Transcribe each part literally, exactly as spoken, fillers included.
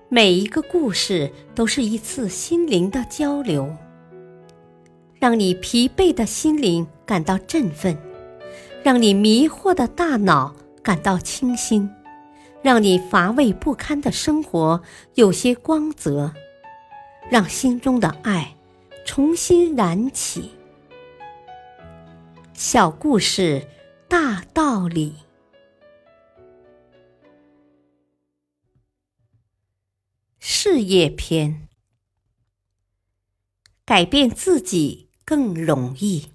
每一个故事都是一次心灵的交流，让你疲惫的心灵感到振奋，让你迷惑的大脑感到清新，让你乏味不堪的生活有些光泽，让心中的爱重新燃起。小故事，大道理。事业篇，改变自己更容易。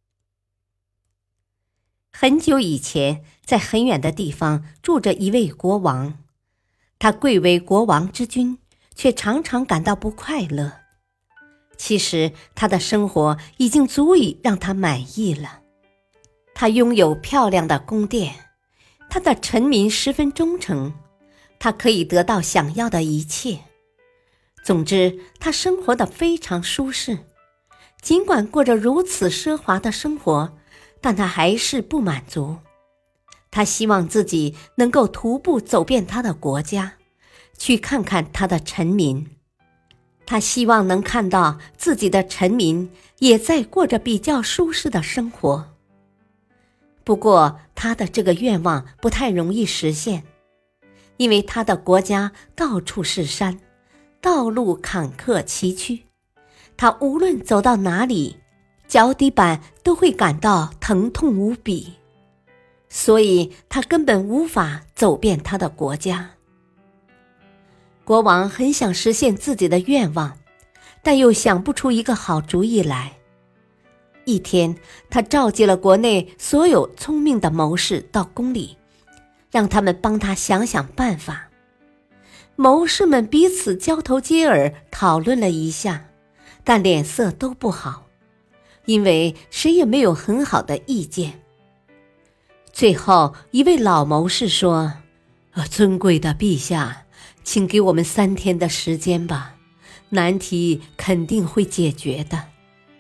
很久以前，在很远的地方住着一位国王，他贵为国王之君，却常常感到不快乐。其实他的生活已经足以让他满意了。他拥有漂亮的宫殿，他的臣民十分忠诚，他可以得到想要的一切。总之，他生活得非常舒适。尽管过着如此奢华的生活，但他还是不满足。他希望自己能够徒步走遍他的国家，去看看他的臣民。他希望能看到自己的臣民也在过着比较舒适的生活。不过，他的这个愿望不太容易实现，因为他的国家到处是山，道路坎坷崎岖，他无论走到哪里，脚底板都会感到疼痛无比，所以他根本无法走遍他的国家。国王很想实现自己的愿望，但又想不出一个好主意来。一天，他召集了国内所有聪明的谋士到宫里，让他们帮他想想办法。谋士们彼此交头接耳讨论了一下，但脸色都不好，因为谁也没有很好的意见。最后一位老谋士说：呃，尊贵的陛下，请给我们三天的时间吧，难题肯定会解决的。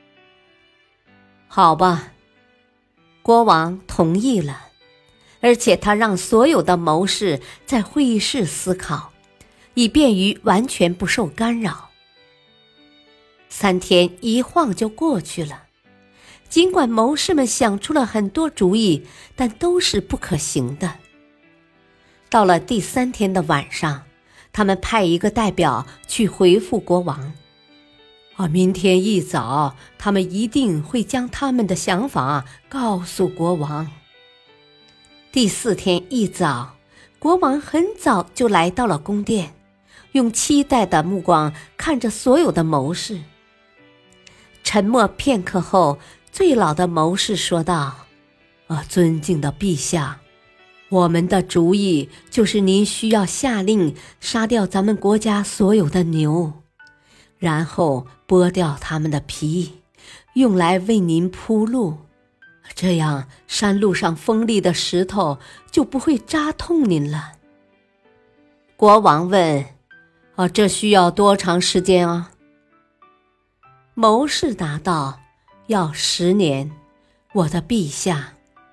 好吧，国王同意了，而且他让所有的谋士在会议室思考，以便于完全不受干扰。三天一晃就过去了，尽管谋士们想出了很多主意，但都是不可行的。到了第三天的晚上，他们派一个代表去回复国王。啊，明天一早，他们一定会将他们的想法告诉国王。第四天一早，国王很早就来到了宫殿，用期待的目光看着所有的谋士。沉默片刻后，最老的谋士说道：啊，尊敬的陛下，我们的主意就是您需要下令杀掉咱们国家所有的牛，然后剥掉它们的皮，用来为您铺路，这样山路上锋利的石头就不会扎痛您了。国王问：啊，这需要多长时间啊？谋士答道：要十年，我的陛下。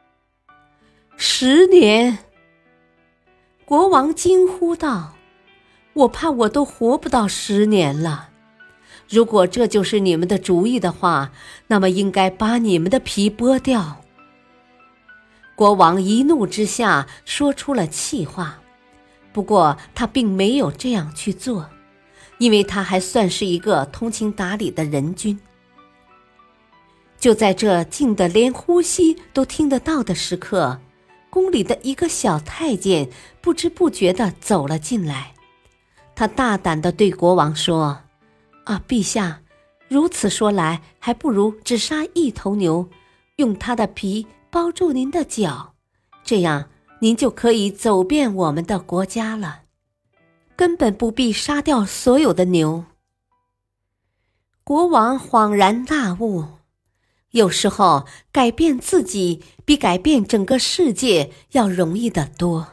十年！国王惊呼道：我怕我都活不到十年了。如果这就是你们的主意的话，那么应该把你们的皮剥掉。国王一怒之下说出了气话，不过他并没有这样去做，因为他还算是一个通情达理的人君。就在这静得连呼吸都听得到的时刻，宫里的一个小太监不知不觉地走了进来。他大胆地对国王说：啊，陛下，如此说来，还不如只杀一头牛，用它的皮包住您的脚，这样您就可以走遍我们的国家了，根本不必杀掉所有的牛。国王恍然大悟，有时候改变自己比改变整个世界要容易得多。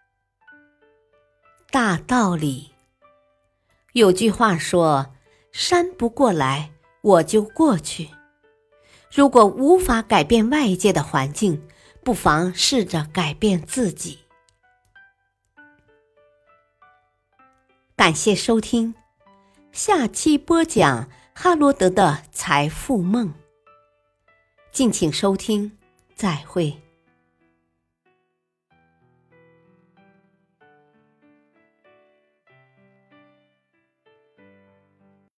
大道理。有句话说，山不过来，我就过去。如果无法改变外界的环境，不妨试着改变自己。感感谢收听，下期播讲哈罗德的财富梦。敬请收听，再会。